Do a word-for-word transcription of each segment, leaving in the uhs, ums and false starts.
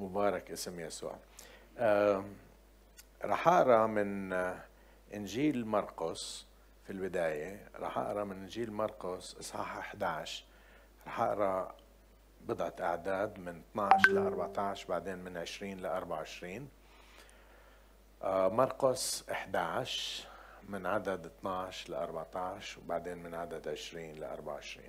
مبارك اسم يسوع. آه رح أقرأ من إنجيل مرقس في البداية. رح أقرأ من إنجيل مرقس إصحاح أحد عشر. رح أقرأ بضعة أعداد من اثني عشر ل أربعة عشر، بعدين من عشرين ل أربعة وعشرين. آه مرقس أحد عشر من عدد اثني عشر ل أربعة عشر، وبعدين من عدد عشرين ل أربعة وعشرين.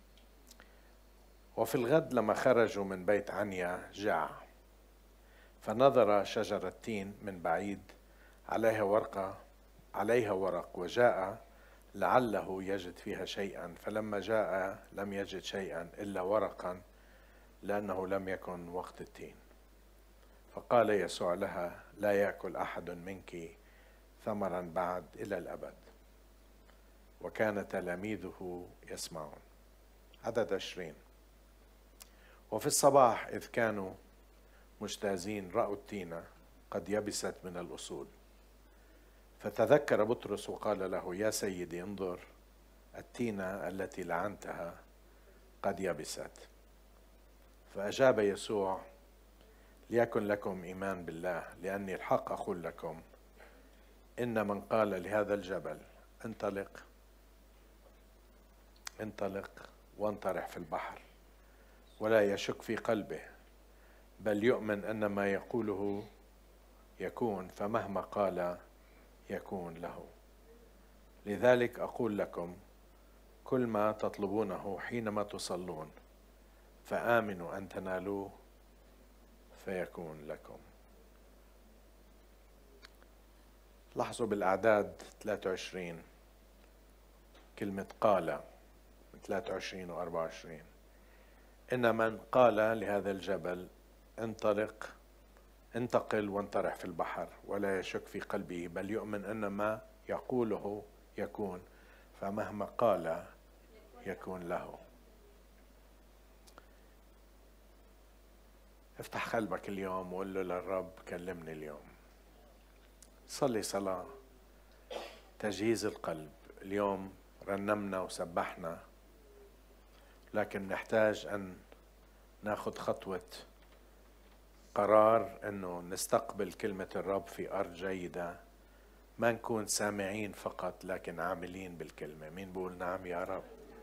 وفي الغد لما خرجوا من بيت عنيا جاع، فنظر شجرة تين من بعيد عليها ورقة عليها ورق، وجاء لعله يجد فيها شيئا، فلما جاء لم يجد شيئا إلا ورقا، لأنه لم يكن وقت التين. فقال يسوع لها: لا يأكل أحد منك ثمرا بعد إلى الأبد. وكان تلاميذه يسمعون. عدد عشرين. وفي الصباح إذ كانوا مجتازين رأوا التينة قد يبست من الأصول، فتذكر بطرس وقال له: يا سيدي، انظر، التينة التي لعنتها قد يبست. فأجاب يسوع: ليكن لكم إيمان بالله، لأني الحق أقول لكم إن من قال لهذا الجبل انطلق انطلق وانطرح في البحر، ولا يشك في قلبه، بل يؤمن أن ما يقوله يكون، فمهما قال يكون له. لذلك أقول لكم: كل ما تطلبونه حينما تصلون فآمنوا أن تنالوه فيكون لكم. لاحظوا بالأعداد ثلاثة وعشرين كلمة قال، ثلاثة وعشرين و أربعة وعشرين. إن من قال لهذا الجبل انطلق انتقل وانطرح في البحر، ولا يشك في قلبه، بل يؤمن أن ما يقوله يكون، فمهما قال يكون له. افتح قلبك اليوم وقول له: للرب كلمني اليوم. صلي صلاة تجهيز القلب. اليوم رنمنا وسبحنا، لكن نحتاج أن ناخذ خطوة قرار أنه نستقبل كلمة الرب في أرض جيدة، ما نكون سامعين فقط لكن عاملين بالكلمة. مين بقول نعم يا رب؟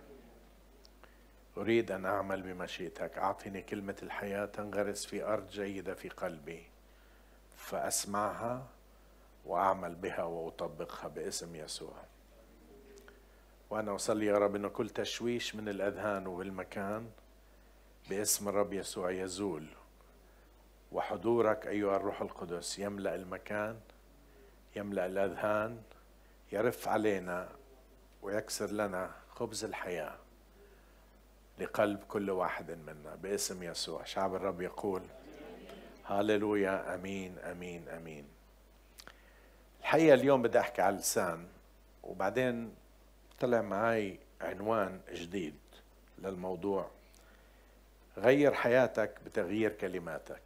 أريد أن أعمل بمشيئتك. أعطني كلمة الحياة تنغرس في أرض جيدة في قلبي، فأسمعها وأعمل بها وأطبقها باسم يسوع. وأنا أصلي يا رب أنه كل تشويش من الأذهان والمكان باسم الرب يسوع يزول، وحضورك أيها الروح القدس يملأ المكان، يملأ الأذهان، يرف علينا ويكسر لنا خبز الحياة لقلب كل واحد منا باسم يسوع. شعب الرب يقول هاللويا، أمين أمين أمين. الحقيقة اليوم بدي أحكي على اللسان، وبعدين طلع معي عنوان جديد للموضوع: غير حياتك بتغيير كلماتك.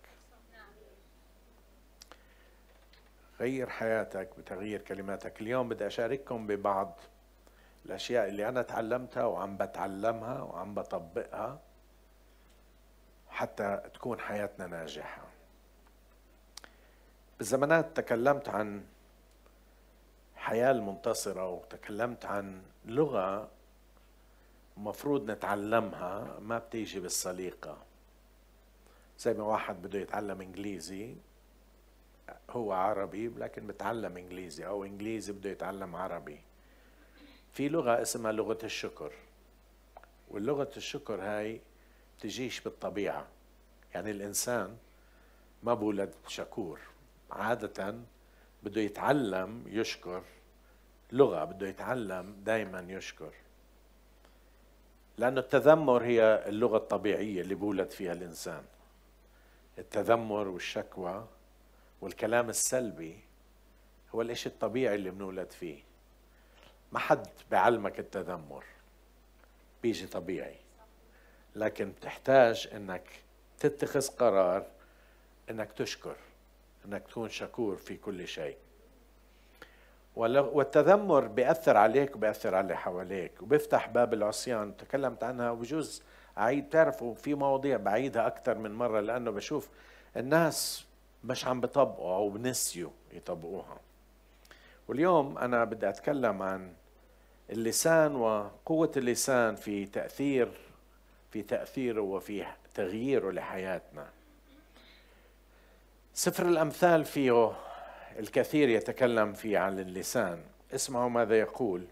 غير حياتك بتغيير كلماتك. اليوم بدي أشارككم ببعض الأشياء اللي أنا تعلمتها وعم بتعلمها وعم بطبقها حتى تكون حياتنا ناجحة. بالزمانات تكلمت عن حياة المنتصرة، وتكلمت عن لغة مفروض نتعلمها ما بتيجي بالسليقة. زي ما واحد بده يتعلم إنجليزي، هو عربي لكن بتعلم إنجليزي، أو إنجليزي بده يتعلم عربي. في لغة اسمها لغة الشكر، واللغة الشكر هاي بتجيش بالطبيعة. يعني الإنسان ما بولد شكور، عادة بده يتعلم يشكر لغة، بده يتعلم دايما يشكر، لأنه التذمر هي اللغة الطبيعية اللي بولد فيها الإنسان. التذمر والشكوى والكلام السلبي هو الإشي الطبيعي اللي بنولد فيه. ما حد بعلمك التذمر، بيجي طبيعي، لكن بتحتاج انك تتخذ قرار انك تشكر، انك تكون شكور في كل شيء. والتذمر بيأثر عليك وبيأثر على اللي حواليك، وبيفتح باب العصيان. تكلمت عنها وبجوز أعيد. تعرفوا في مواضيع بعيدها أكثر من مرة، لأنه بشوف الناس مش عم بيطبقوا أو بنسيوا يطبقوها. واليوم أنا بدي أتكلم عن اللسان وقوة اللسان في تأثير في تأثيره وفي تغييره لحياتنا. سفر الأمثال فيه الكثير يتكلم فيه عن اللسان. اسمعوا ماذا يقول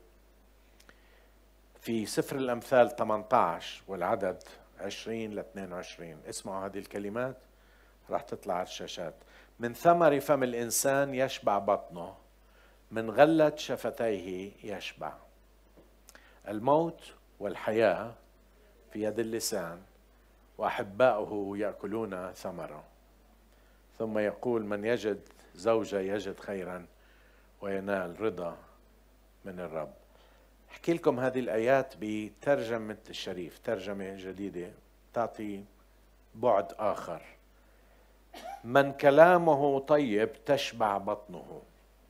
في سفر الأمثال ثمانية عشر والعدد عشرين ل اثنين وعشرين. اسمعوا هذه الكلمات راح تطلع على الشاشات. من ثمر فم الإنسان يشبع بطنه، من غلة شفتيه يشبع. الموت والحياة في يد اللسان، وأحباؤه يأكلون ثمره. ثم يقول من يجد زوجة يجد خيرا وينال رضا من الرب. احكي لكم هذه الآيات بترجمة الشريف، ترجمة جديدة تعطي بعد آخر. من كلامه طيب تشبع بطنه،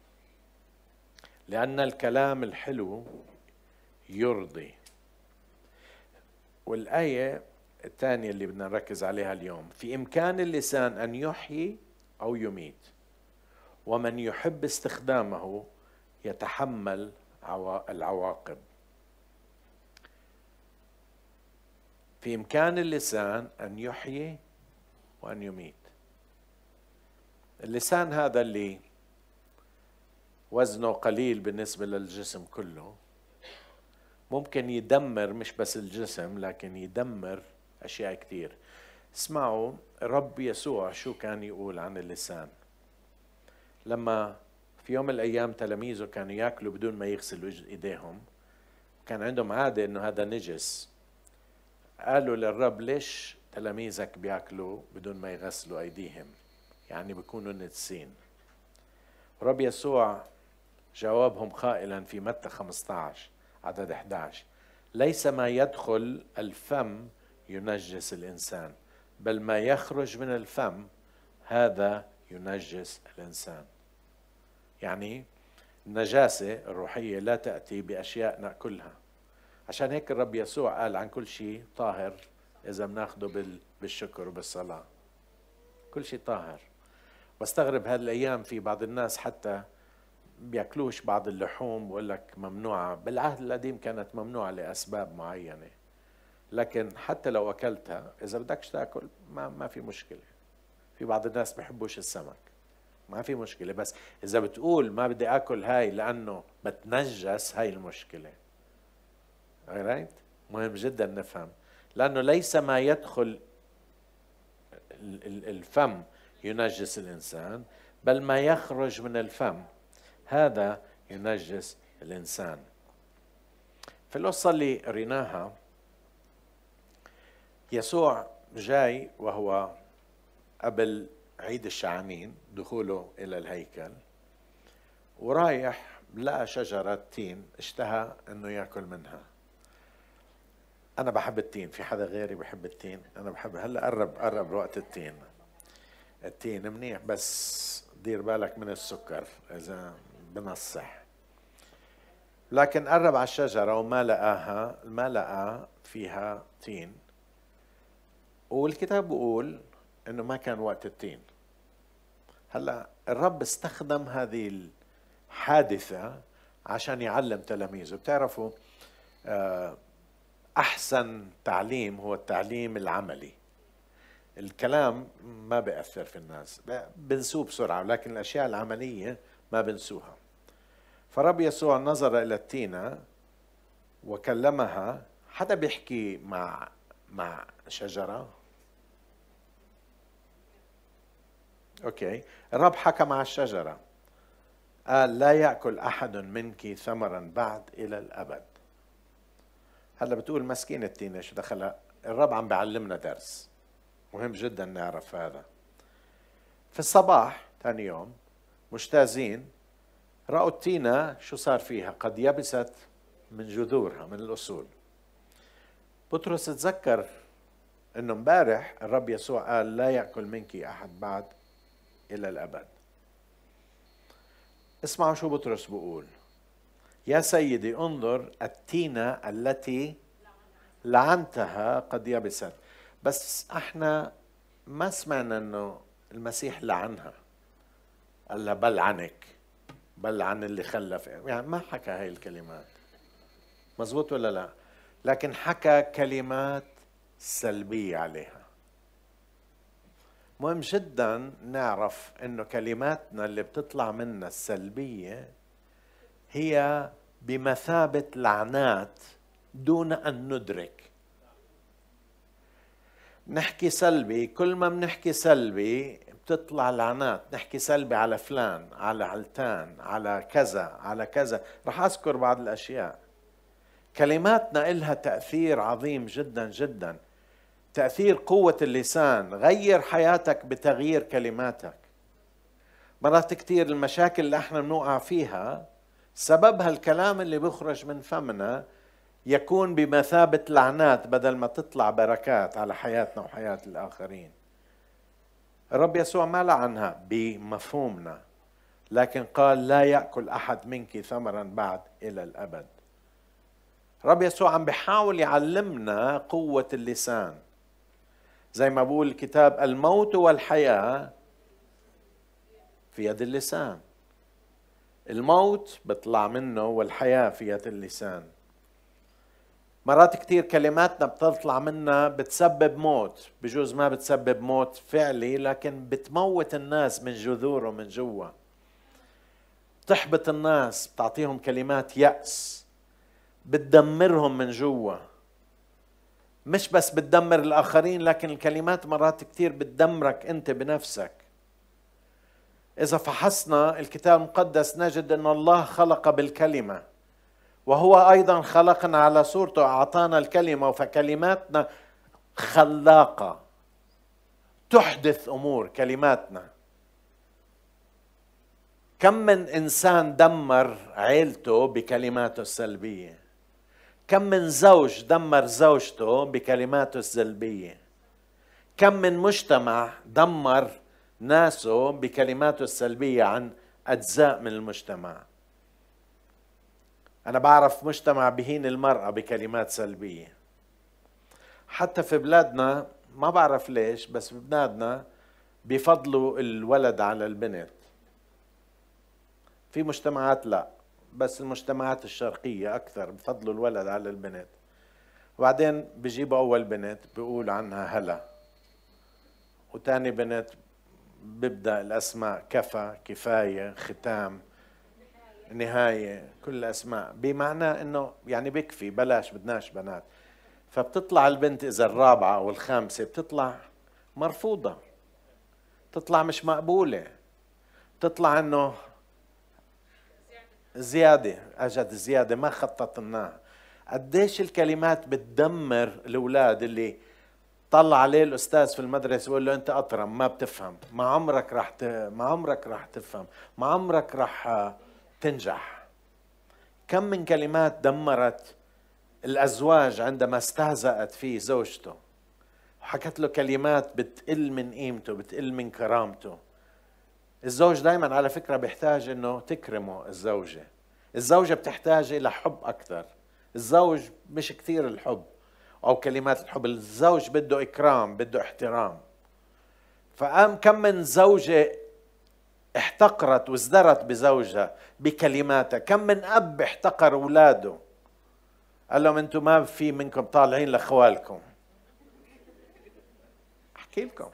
لأن الكلام الحلو يرضي. والآية الثانية اللي بدنا نركز عليها اليوم، في إمكان اللسان أن يحيي أو يميت، ومن يحب استخدامه يتحمل العواقب. في إمكان اللسان أن يحيي وأن يميت. اللسان هذا اللي وزنه قليل بالنسبة للجسم كله ممكن يدمر مش بس الجسم لكن يدمر أشياء كتير. اسمعوا رب يسوع شو كان يقول عن اللسان. لما في يوم من الأيام تلاميذه كانوا يأكلوا بدون ما يغسلوا إيديهم، كان عندهم عادة إنه هذا نجس. قالوا للرب ليش تلاميذك بيأكلوا بدون ما يغسلوا أيديهم؟ يعني بيكونوا نجسين. رب يسوع جاوبهم قائلا في متى خمسة عشر عدد أحد عشر: ليس ما يدخل الفم ينجس الإنسان، بل ما يخرج من الفم هذا ينجس الإنسان. يعني النجاسة الروحية لا تأتي بأشياء نأكلها. عشان هيك الرب يسوع قال عن كل شيء طاهر إذا بناخده بالشكر وبالصلاة. كل شيء طاهر. بستغرب هذه الأيام في بعض الناس حتى بيأكلوش بعض اللحوم ويقول لك ممنوعة. بالعهد القديم كانت ممنوعة لأسباب معينة، لكن حتى لو أكلتها إذا بدكش تأكل ما, ما في مشكلة. في بعض الناس بيحبوش السمك، ما في مشكلة. بس إذا بتقول ما بدي أكل هاي لأنه بتنجس، هاي المشكلة. right? مهم جدا نفهم، لأنه ليس ما يدخل الفم ينجس الإنسان، بل ما يخرج من الفم هذا ينجس الإنسان. في القصة اللي قريناها يسوع جاي وهو قبل عيد الشعانين دخوله إلى الهيكل، ورايح لقى شجرة تين اشتهى أنه يأكل منها. أنا بحب التين. في حدا غيري بحب التين؟ أنا بحب. هلأ قرب قرب وقت التين. التين منيح بس دير بالك من السكر إذا بنصح. لكن قرب على الشجرة وما لقاها، ما لقى فيها تين. والكتاب بيقول إنه ما كان وقت التين. هلأ الرب استخدم هذه الحادثة عشان يعلم تلاميذه. بتعرفوا أحسن تعليم هو التعليم العملي. الكلام ما بيأثر في الناس، بنسوه بسرعة، لكن الأشياء العملية ما بنسوها. فرب يسوع نظر إلى التينة وكلمها. حدا بيحكي مع مع شجرة؟ أوكي. الرب حكى مع الشجرة، قال لا يأكل أحد منك ثمرا بعد إلى الأبد. هلا بتقول مسكين التينة شو دخلها؟ الرب عم بيعلمنا درس مهم جدا نعرف هذا. في الصباح ثاني يوم مجتازين رأوا التينة شو صار فيها، قد يبست من جذورها من الأصول. بطرس تذكر انه امبارح الرب يسوع قال لا يأكل منك أحد بعد إلى الأبد. اسمعوا شو بطرس بيقول: يا سيدي انظر التينة التي لعنتها قد يبست. بس احنا ما سمعنا انه المسيح لعنها، قال لها بل عنك، بل عن اللي خلف، يعني ما حكى هاي الكلمات، مزبوط ولا لا؟ لكن حكى كلمات سلبية عليها. مهم جدا نعرف انه كلماتنا اللي بتطلع منا السلبية هي بمثابة لعنات دون ان ندرك. نحكي سلبي، كل ما بنحكي سلبي بتطلع لعنات. نحكي سلبي على فلان، على علتان، على كذا، على كذا. رح أذكر بعض الأشياء. كلماتنا إلها تأثير عظيم جدا جدا. تأثير قوة اللسان. غير حياتك بتغيير كلماتك. مرات كتير المشاكل اللي احنا بنوقع فيها سببها الكلام اللي بيخرج من فمنا يكون بمثابة لعنات بدل ما تطلع بركات على حياتنا وحياة الآخرين. الرب يسوع ما لعنها بمفهومنا، لكن قال لا يأكل أحد منك ثمرا بعد إلى الأبد. الرب يسوع عم بيحاول يعلمنا قوة اللسان. زي ما بقول الكتاب الموت والحياة في يد اللسان. الموت بيطلع منه والحياة في يد اللسان. مرات كتير كلماتنا بتطلع منا بتسبب موت. بجوز ما بتسبب موت فعلي، لكن بتموت الناس من جذوره من جوا. بتحبط الناس، بتعطيهم كلمات يأس، بتدمرهم من جوا. مش بس بتدمر الآخرين، لكن الكلمات مرات كتير بتدمرك أنت بنفسك. إذا فحصنا الكتاب المقدس نجد أن الله خلق بالكلمة، وهو أيضا خلقنا على صورته، أعطانا الكلمة. فكلماتنا خلاقة تحدث أمور. كلماتنا كم من إنسان دمر عيلته بكلماته السلبية. كم من زوج دمر زوجته بكلماته السلبية. كم من مجتمع دمر ناسه بكلماته السلبية عن أجزاء من المجتمع. أنا بعرف مجتمع بهين المرأة بكلمات سلبية. حتى في بلادنا ما بعرف ليش، بس ببلادنا بيفضلوا الولد على البنت. في مجتمعات لا، بس المجتمعات الشرقية أكثر بفضلوا الولد على البنت. وبعدين بيجيبوا أول بنت بيقول عنها هلا، وتاني بنت بيبدأ الأسماء كفى، كفاية، ختام، نهاية، كل أسماء بمعنى أنه يعني بكفي، بلاش، بدناش بنات. فبتطلع البنت إذا الرابعة أو الخامسة بتطلع مرفوضة، تطلع مش مقبولة، تطلع أنه زيادة، أجد زيادة ما خططناها. قديش الكلمات بتدمر الأولاد اللي طلع عليه الأستاذ في المدرسة ويقول له أنت أطرم ما بتفهم، ما عمرك رح ت... ما عمرك رح تفهم، ما عمرك رح تنجح. كم من كلمات دمرت الأزواج عندما استهزأت فيه زوجته وحكت له كلمات بتقل من قيمته، بتقل من كرامته. الزوج دايما على فكرة بيحتاج انه تكرمه الزوجة. الزوجة بتحتاج الى حب اكثر. الزوج مش كثير الحب او كلمات الحب، الزوج بده اكرام، بده احترام. فقام كم من زوجة احتقرت وازدرت بزوجها بكلماتها. كم من اب احتقر اولاده، قال لهم انتم ما في منكم طالعين لاخوالكم. احكي لكم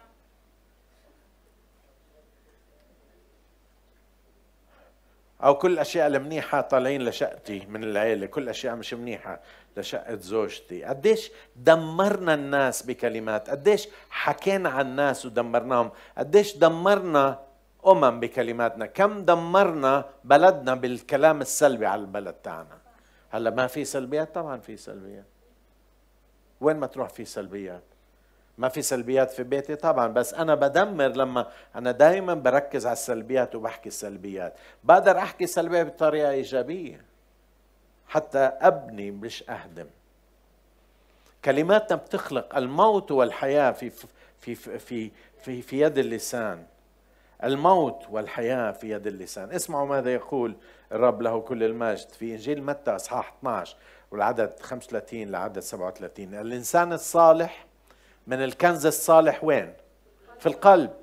أو كل الأشياء المنيحة طالعين لشقتي من العيلة، كل الأشياء مش منيحة لشقة زوجتي. قديش دمرنا الناس بكلمات، قديش حكينا عن الناس ودمرناهم، قديش دمرنا أمم بكلماتنا، كم دمرنا بلدنا بالكلام السلبي على البلد تاعنا. هلا ما في سلبيات؟ طبعا في سلبيات. وين ما تروح في سلبيات. ما في سلبيات في بيتي؟ طبعا، بس أنا بدمر لما أنا دايما بركز على السلبيات وبحكي السلبيات. بقدر أحكي سلبيات بطريقة إيجابية حتى أبني مش أهدم. كلماتنا بتخلق الموت والحياة في في في في في يد اللسان. الموت والحياة في يد اللسان. اسمعوا ماذا يقول الرب له كل المجد في إنجيل متى إصحاح اثني عشر والعدد خمسة وثلاثين لعدد سبعة وثلاثين. الإنسان الصالح من الكنز الصالح وين؟ في القلب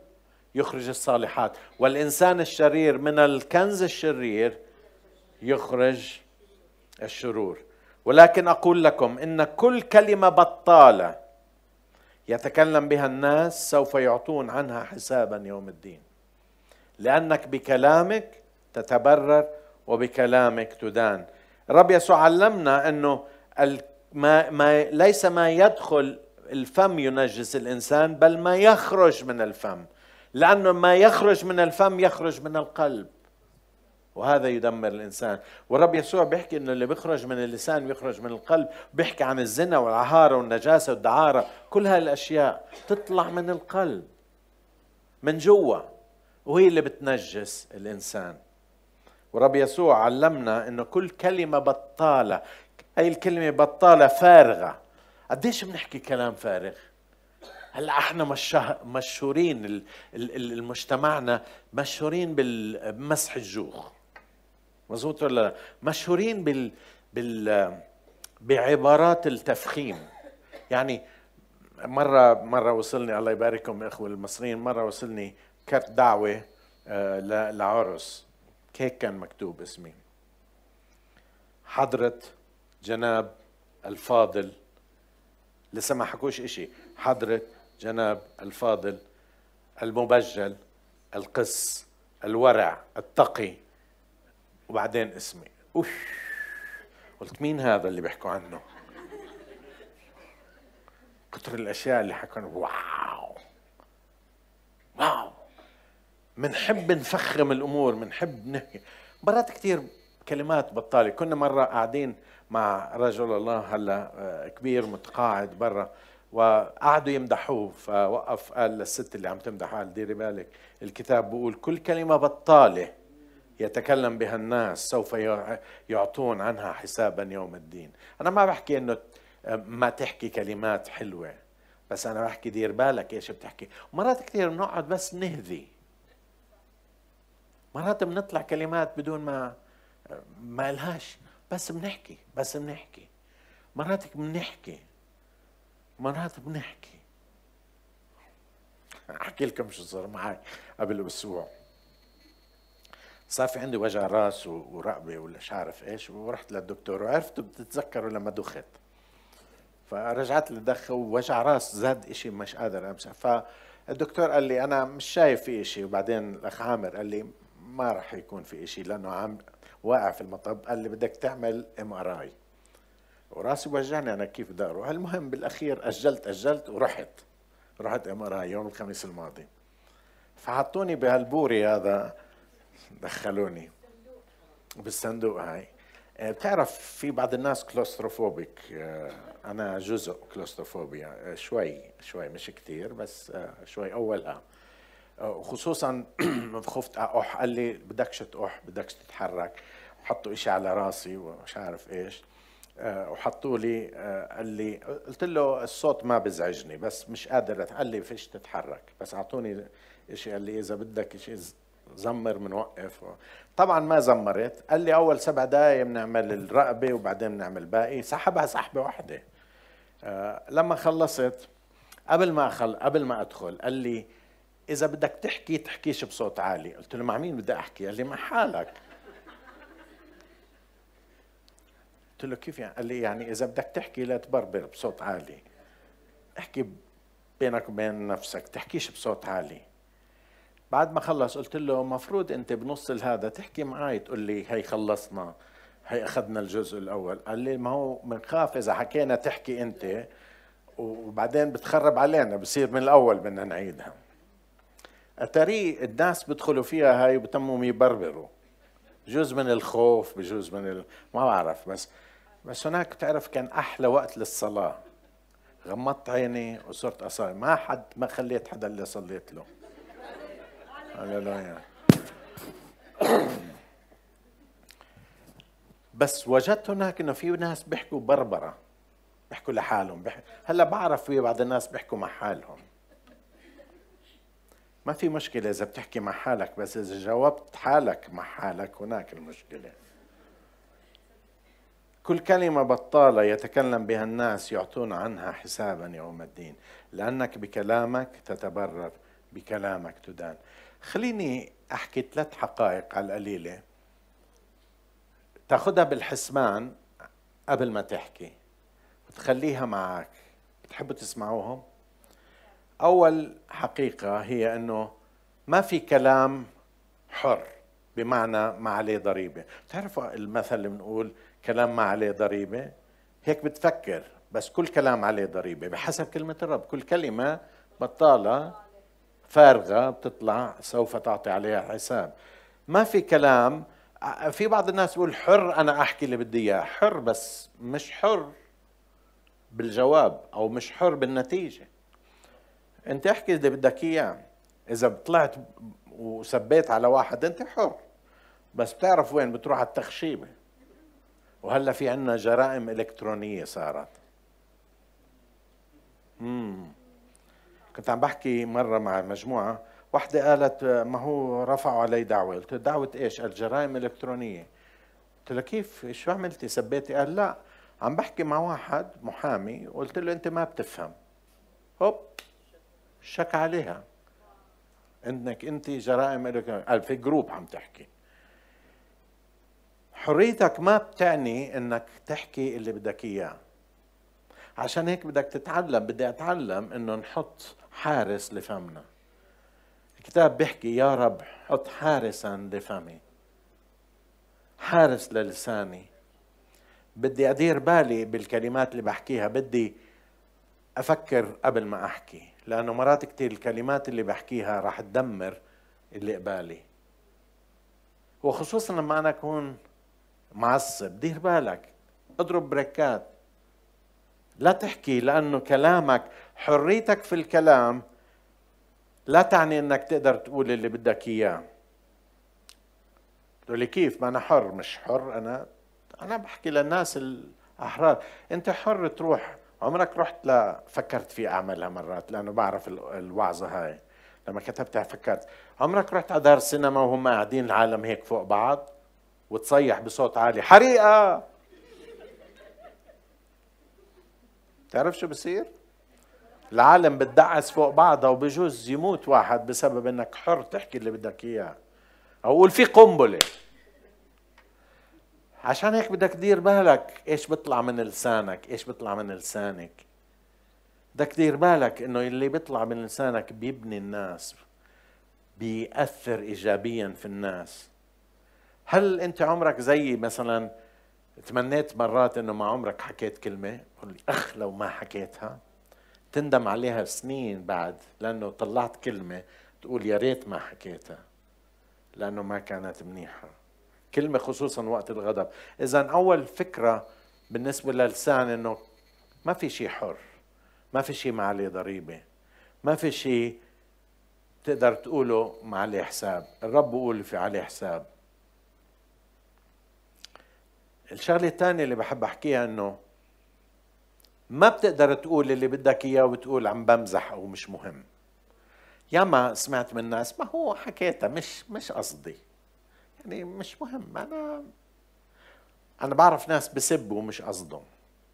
يخرج الصالحات، والإنسان الشرير من الكنز الشرير يخرج الشرور. ولكن أقول لكم إن كل كلمة بطالة يتكلم بها الناس سوف يعطون عنها حسابا يوم الدين، لأنك بكلامك تتبرر وبكلامك تدان. الرب يسوع علمنا أنه ما ما ليس ما يدخل الفم ينجس الإنسان، بل ما يخرج من الفم، لأنه ما يخرج من الفم يخرج من القلب، وهذا يدمر الإنسان. والرب يسوع بيحكي إنه اللي بيخرج من اللسان بيخرج من القلب، بيحكي عن الزنا والعهارة والنجاسة والدعارة، كل هاي الأشياء تطلع من القلب من جوا، وهي اللي بتنجس الإنسان. والرب يسوع علمنا إنه كل كلمة بطالة، أي الكلمة بطالة فارغة. قديش بنحكي كلام فارغ؟ هلا احنا مشهورين، المجتمعنا مشهورين بمسح الجوخ، مظبوط ولا لا؟ مشهورين بال بال بعبارات التفخيم. يعني مره مره وصلني، الله يبارككم يا اخوه المصريين، مره وصلني كارت دعوه لعرس، هيك كان مكتوب اسمي: حضرة جناب الفاضل، لسه ما حكوش اشي، حضرة جناب الفاضل المبجل القس الورع التقي، وبعدين اسمي. اوف، قلت مين هذا اللي بيحكوا عنه؟ كتر الاشياء اللي حكوا، واو واو. منحب نفخم الامور، منحب نحكي مرات كتير كلمات بطالة. كنا مرة قاعدين مع رجل الله هلا كبير متقاعد برا، وقعدوا يمدحوه، فوقف قال للست اللي عم تمدح، قال ديري بالك الكتاب بيقول كل كلمة بطالة يتكلم بها الناس سوف يعطون عنها حسابا يوم الدين. أنا ما بحكي إنه ما تحكي كلمات حلوة، بس أنا بحكي دير بالك إيش بتحكي. مرات كتير بنقعد بس نهذي، مرات بنطلع كلمات بدون ما ما إلهاش، بس بنحكي بس بنحكي مرات بنحكي مرات بنحكي أحكي لكم شو صار معي قبل أسبوع. صار في عندي وجع راس ورقبة ولا مش عارف إيش، ورحت للدكتور، وعرفت بتتذكروا لما دخت، فرجعت لدخ ووجع راس زاد إشي مش قادر أمسح. فالدكتور قال لي أنا مش شايف في إشي، وبعدين الأخ عامر قال لي ما رح يكون في إشي لأنه عم واقع في المطب، قال لي بدك تعمل ام ار اي، وراسي وجعني انا كيف بدي اروح. المهم بالاخير اجلت اجلت ورحت رحت ام ار اي يوم الخميس الماضي. فحطوني بهالبوري هذا، دخلوني بالصندوق هاي. بتعرف في بعض الناس كلوستروفوبيك، انا جزء كلوستروفوبيا شوي شوي مش كتير بس شوي اولها، وخصوصا خفت اح. قال لي بدكش تح، بدكش تتحرك، وحطوا اشي على راسي ومش عارف ايش، وحطوا لي. قال لي قلت له الصوت ما بزعجني بس مش قادر. قال لي فيش تتحرك، بس اعطوني اشي، قال لي اذا بدك اشي زمر بنوقف. طبعا ما زمرت. قال لي اول سبع دقايق بنعمل الرقبه وبعدين بنعمل باقي. سحبها سحبه واحده. لما خلصت قبل ما أخل... قبل ما ادخل قال لي إذا بدك تحكي تحكيش بصوت عالي. قلت له مع مين بدي أحكي؟ قال لي مع حالك. قلت له كيف يعني؟ قال لي يعني إذا بدك تحكي لا تبربر بصوت عالي، احكي بينك وبين نفسك، تحكيش بصوت عالي. بعد ما خلص قلت له مفروض أنت بنص هذا تحكي معي تقول لي هي خلصنا، هي أخذنا الجزء الأول. قال لي ما هو بنخاف إذا حكينا تحكي أنت وبعدين بتخرب علينا، بصير من الأول بدنا نعيدها. أتاري الناس بدخلوا فيها هاي وبتموا يبربروا، بجوز من الخوف، بجوز من ال... ما بعرف. بس بس هناك بتعرف كان أحلى وقت للصلاة، غمضت عيني وصرت أصلي، ما حد ما خليت حدا اللي صليت له. هللويا. بس وجدت هناك إنه في ناس بيحكوا بربرة، بيحكوا لحالهم. بيحكوا. هلا بعرف في بعض الناس بيحكوا مع حالهم، ما في مشكلة إذا بتحكي مع حالك، بس إذا جاوبت حالك مع حالك هناك المشكلة. كل كلمة بطالة يتكلم بها الناس يعطون عنها حسابا يوم الدين، لأنك بكلامك تتبرر بكلامك تدان. خليني أحكي ثلاث حقائق على القليلة تاخدها بالحسبان قبل ما تحكي وتخليها معك. بتحبوا تسمعوهم؟ أول حقيقة هي أنه ما في كلام حر، بمعنى ما عليه ضريبة. تعرفوا المثل اللي بنقول كلام ما عليه ضريبة؟ هيك بتفكر، بس كل كلام عليه ضريبة بحسب كلمة الرب. كل كلمة بطالة فارغة بتطلع سوف تعطي عليها حساب. ما في كلام. في بعض الناس يقول حر أنا أحكي اللي بدي إياه، حر بس مش حر بالجواب أو مش حر بالنتيجة. أنت احكي اللي بدك إياه. إذا طلعت وسبيت على واحد أنت حر، بس بتعرف وين بتروح على التخشيبة. وهلا في عنا جرائم إلكترونية صارت. مم. كنت عم بحكي مرة مع مجموعة، واحدة قالت ما هو رفعوا علي دعوة. قلت دعوة ايش؟ الجرائم الإلكترونية. قلت له كيف؟ شو عملتي؟ سبيتي؟ قال لا، عم بحكي مع واحد محامي وقلت له انت ما بتفهم. هوب شك عليها انك انت جرائم إلكترونية. قال في جروب عم تحكي. حريتك ما بتعني انك تحكي اللي بدك اياه. عشان هيك بدك تتعلم، بدي اتعلم انه نحط حارس لفمنا. الكتاب بيحكي يا رب حط حارسا لفمي، حارس للساني. بدي ادير بالي بالكلمات اللي بحكيها، بدي افكر قبل ما احكي، لانه مرات كتير الكلمات اللي بحكيها راح تدمر اللي قبالي، وخصوصا لما انا اكون معصب. دير بالك، اضرب بريكات، لا تحكي، لانه كلامك، حريتك في الكلام لا تعني انك تقدر تقول اللي بدك اياه. تقول لي كيف؟ ما انا حر. مش حر، انا انا بحكي للناس الاحرار. انت حر تروح. عمرك رحت؟ لا، فكرت في اعملها مرات لانه بعرف الوعظه هاي. لما كتبتها فكرت. عمرك رحت على دار سينما وهم قاعدين العالم هيك فوق بعض وتصيح بصوت عالي حريقه؟ تعرف شو بصير؟ العالم بتدعس فوق بعضها وبجوز يموت واحد بسبب انك حر تحكي اللي بدك اياه، او قول في قنبله. عشان هيك بدك تدير بالك ايش بيطلع من لسانك، ايش بيطلع من لسانك. بدك تدير بالك انه اللي بيطلع من لسانك بيبني الناس، بيأثر ايجابيا في الناس. هل انت عمرك زي مثلا تمنيت مرات انه ما عمرك حكيت كلمه؟ قل لي اخ لو ما حكيتها، تندم عليها سنين بعد، لانه طلعت كلمه تقول يا ريت ما حكيتها لانه ما كانت منيحه. كلمه خصوصا وقت الغضب. اذا اول فكره بالنسبه للسان انه ما في شيء حر، ما في شيء ما عليه ضريبه، ما في شيء تقدر تقوله ما عليه حساب. الرب بيقول في عليه حساب. الشغله الثانيه اللي بحب احكيها انه ما بتقدر تقول اللي بدك اياه وتقول عم بمزح او مش مهم. ياما سمعت من ناس ما هو حكيتها، مش مش قصدي، يعني مش مهم. انا انا بعرف ناس بسبوا مش قصدهم.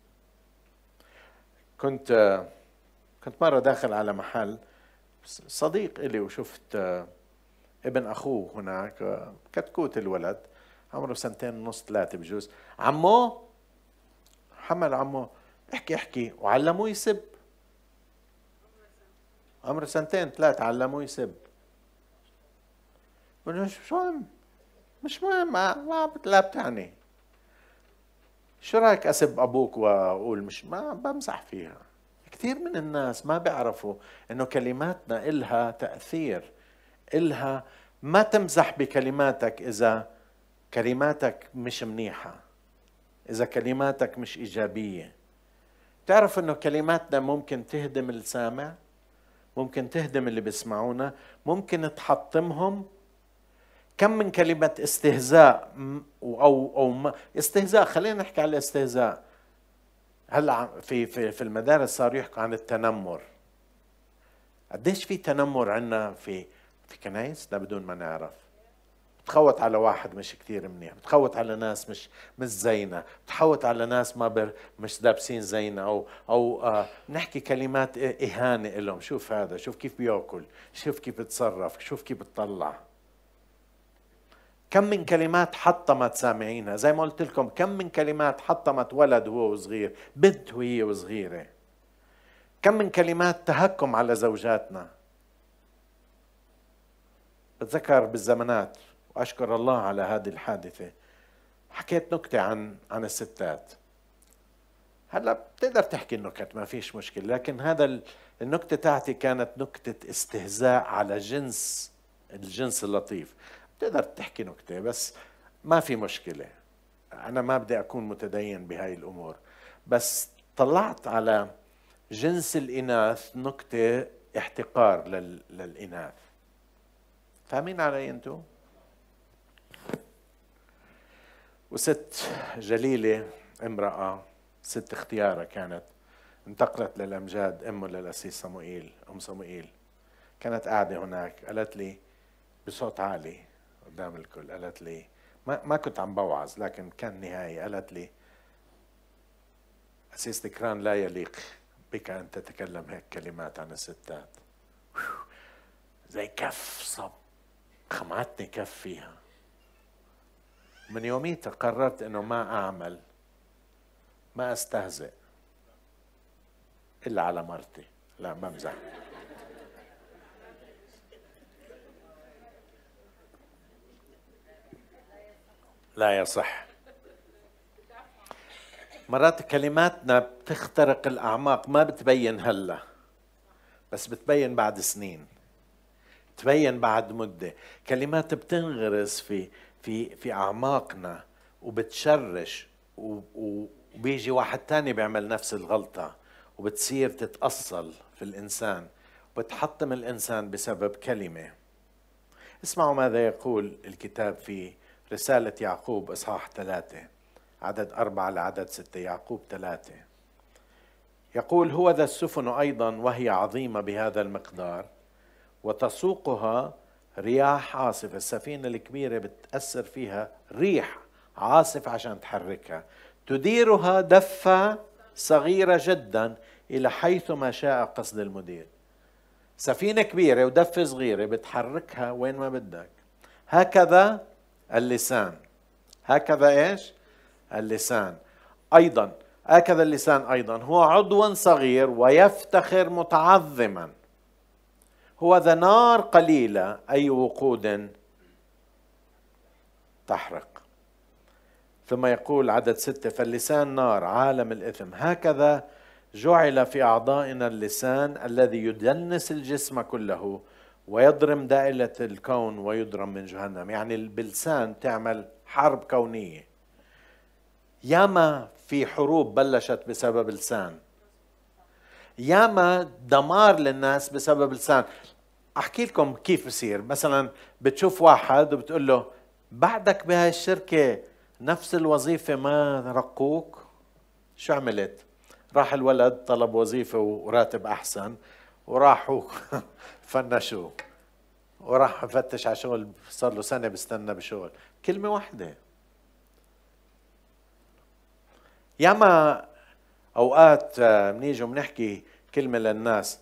كنت كنت مره داخل على محل صديق إلي وشفت ابن اخوه هناك، كتكوت الولد عمره سنتين ونص ثلاثه بجوز. عمو حمل عمو احكي احكي وعلموه يسب. عمره سنتين ثلاثة علموه يسب. مش مهم، مش مهم، ما ما لا بتعني. شو رايك اسب ابوك واقول مش ما بمزح فيها؟ كثير من الناس ما بيعرفوا انه كلماتنا إلها تأثير، إلها. ما تمزح بكلماتك اذا كلماتك مش منيحة، اذا كلماتك مش ايجابية. تعرف انه كلماتنا ممكن تهدم السامع، ممكن تهدم اللي بيسمعونا، ممكن تحطمهم. كم من كلمة استهزاء او او ما استهزاء، خلينا نحكي على الاستهزاء. هلا في في في المدارس صار يحكوا عن التنمر. قديش في تنمر عندنا في في كنايس لا بدون ما نعرف. بتخوت على واحد مش كتير منيح، بتخوت على ناس مش مش زينا، بتخوت على ناس ما بر مش لابسين زينا، او او آه نحكي كلمات اهانه لهم. شوف هذا، شوف كيف بياكل، شوف كيف بتصرف، شوف كيف بتطلع. كم من كلمات حطمت سامعينها، زي ما قلت لكم كم من كلمات حطمت ولد وهو صغير، بنت وهي وصغيره. كم من كلمات تهكم على زوجاتنا. بتذكر بالزمانات، وأشكر الله على هذه الحادثة، حكيت نكتة عن عن الستات. هلا بتقدر تحكي النكت ما فيش مشكلة، لكن هذا النكتة تاعتي كانت نكتة استهزاء على جنس الجنس اللطيف. بتقدر تحكي نكتة بس ما في مشكلة، أنا ما بدي أكون متدين بهاي الأمور، بس طلعت على جنس الإناث نكتة احتقار لل... للإناث. فاهمين علي أنتو؟ وست جليلة، امرأة ست اختيارة كانت، انتقلت للأمجاد، أمه للأسيس صموئيل، أم صموئيل، كانت قاعدة هناك. قالت لي بصوت عالي قدام الكل، قالت لي ما, ما كنت عم بوعظ لكن كان نهاية، قالت لي أسيس ذكران لا يليق بك أن تتكلم هيك كلمات عن الستات. زي كف صب، خمعتني كف فيها. من يوميتها قررت انه ما اعمل، ما استهزئ الا على مرتي. لا بمزح. لا يصح. مرات كلماتنا بتخترق الاعماق، ما بتبين هلا بس بتبين بعد سنين، تبين بعد مدة. كلمات بتنغرس في في في اعماقنا وبتشرش، وبيجي واحد تاني بيعمل نفس الغلطة وبتصير تتأصل في الإنسان وبتحطم الإنسان بسبب كلمة. اسمعوا ماذا يقول الكتاب في رسالة يعقوب إصحاح ثلاثة عدد أربعة لعدد ستة. يعقوب ثلاثة يقول: هو ذا السفن أيضا وهي عظيمة بهذا المقدار وتسوقها رياح عاصفة. السفينة الكبيرة بتأثر فيها ريح عاصف عشان تحركها، تديرها دفة صغيرة جدا إلى حيث ما شاء قصد المدير. سفينة كبيرة ودفة صغيرة بتحركها وين ما بدك. هكذا اللسان، هكذا إيش؟ اللسان أيضا، هكذا اللسان أيضا هو عضو صغير ويفتخر متعظما، هو ذا نار قليلة أي وقود تحرق. ثم يقول عدد ستة: فاللسان نار عالم الإثم، هكذا جعل في أعضائنا اللسان الذي يدنس الجسم كله ويضرم دائرة الكون ويضرم من جهنم. يعني باللسان تعمل حرب كونية. ياما في حروب بلشت بسبب لسان، ياما دمار للناس بسبب لسان. أحكي لكم كيف بصير. مثلا بتشوف واحد وبتقول له بعدك بهاي الشركة نفس الوظيفة ما رقوك، شو عملت؟ راح الولد طلب وظيفة وراتب أحسن وراحوا فنشوه وراح فتش على شغل، صار له سنة بستنى بشغل. كلمة واحدة. ياما أوقات بنيجي وبنحكي كلمة للناس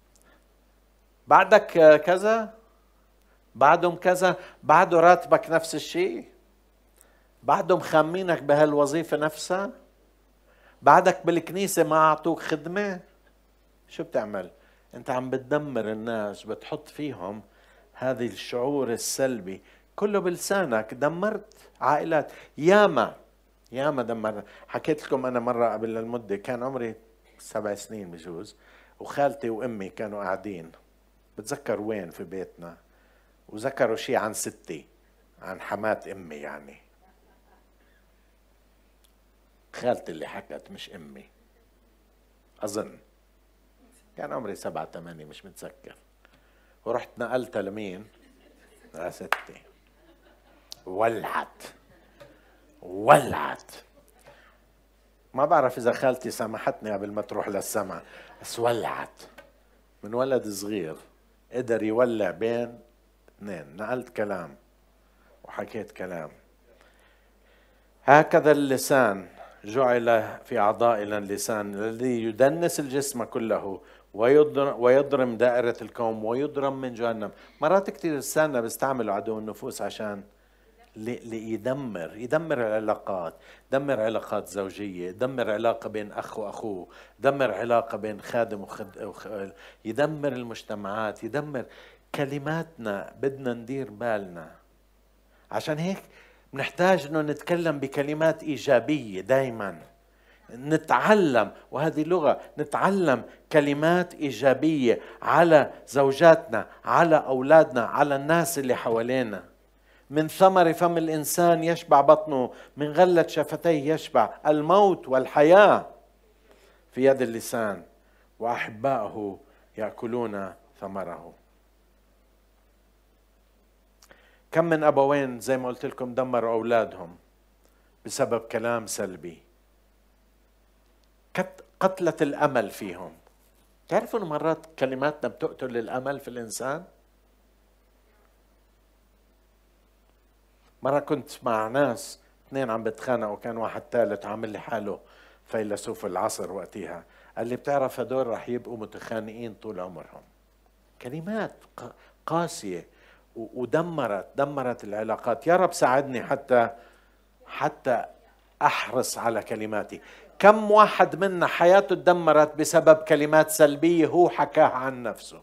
بعدك كذا، بعدهم كذا، بعده راتبك نفس الشيء، بعدهم خامينك بهالوظيفة نفسها، بعدك بالكنيسة ما أعطوك خدمة. شو بتعمل؟ أنت عم بتدمر الناس، بتحط فيهم هذه الشعور السلبي كله بلسانك. دمرت عائلات ياما ياما دمرنا. حكيت لكم أنا مرة قبل المدة كان عمري سبع سنين بجوز، وخالتي وأمي كانوا قاعدين، بتذكر وين في بيتنا، وذكروا شيء عن ستي، عن حمات أمي، يعني خالتي اللي حكت مش أمي أظن. كان عمري سبعة ثمانية مش متذكر. ورحت نقلتها لمين؟ لستي. ولعت ولعت. ما بعرف إذا خالتي سامحتني قبل ما تروح للسما، بس ولعت. من ولد صغير قدر يولع بين اثنين. نقلت كلام وحكيت كلام. هكذا اللسان جعل في أعضائنا اللسان الذي يدنس الجسم كله ويضرم دائرة الكون ويضرم من جهنم. مرات كتير لساننا بيستعملوا عدو النفوس عشان ليدمر يدمر العلاقات، دمر علاقات زوجية، دمر علاقة بين أخ وأخوه، دمر علاقة بين خادم وخد، يدمر المجتمعات، يدمر كلماتنا. بدنا ندير بالنا. عشان هيك بنحتاج انه نتكلم بكلمات ايجابيه دائما، نتعلم، وهذه لغه، نتعلم كلمات ايجابيه على زوجاتنا، على اولادنا، على الناس اللي حوالينا. من ثمر فم الانسان يشبع بطنه، من غلة شفتيه يشبع. الموت والحياه في يد اللسان، واحباؤه ياكلون ثمره. كم من أبوين زي ما قلت لكم دمروا أولادهم بسبب كلام سلبي، قتلة الأمل فيهم. تعرفوا أن مرات كلماتنا بتقتل الأمل في الإنسان؟ مرة كنت مع ناس اثنين عم بتخانقوا، وكان واحد ثالث عامل لي حاله فيلسوف العصر وقتها، قال لي بتعرف هدول رح يبقوا متخانقين طول عمرهم. كلمات قاسية ودمرت دمرت العلاقات. يا رب ساعدني حتى حتى أحرص على كلماتي. كم واحد منا حياته تدمرت بسبب كلمات سلبية هو حكاها عن نفسه.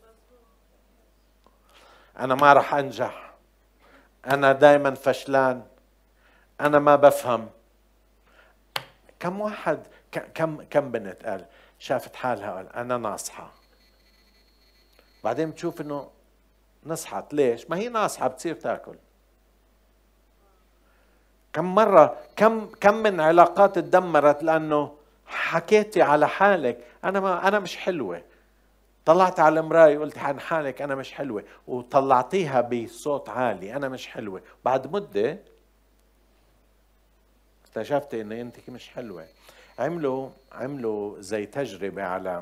أنا ما رح أنجح، أنا دايما فشلان، أنا ما بفهم. كم واحد كم كم بنت قال شافت حالها قال أنا ناصحة، بعدين بتشوف إنه نصحت. ليش؟ ما هي ناصحة بتصير تاكل. كم مرة كم كم من علاقات تدمرت لأنه حكيتي على حالك أنا ما أنا مش حلوة. طلعت على المراية وقلت عن حالك أنا مش حلوة، وطلعتيها بصوت عالي أنا مش حلوة. بعد مدة اكتشفتي إن أنت مش حلوة. عملوا عملوا زي تجربة على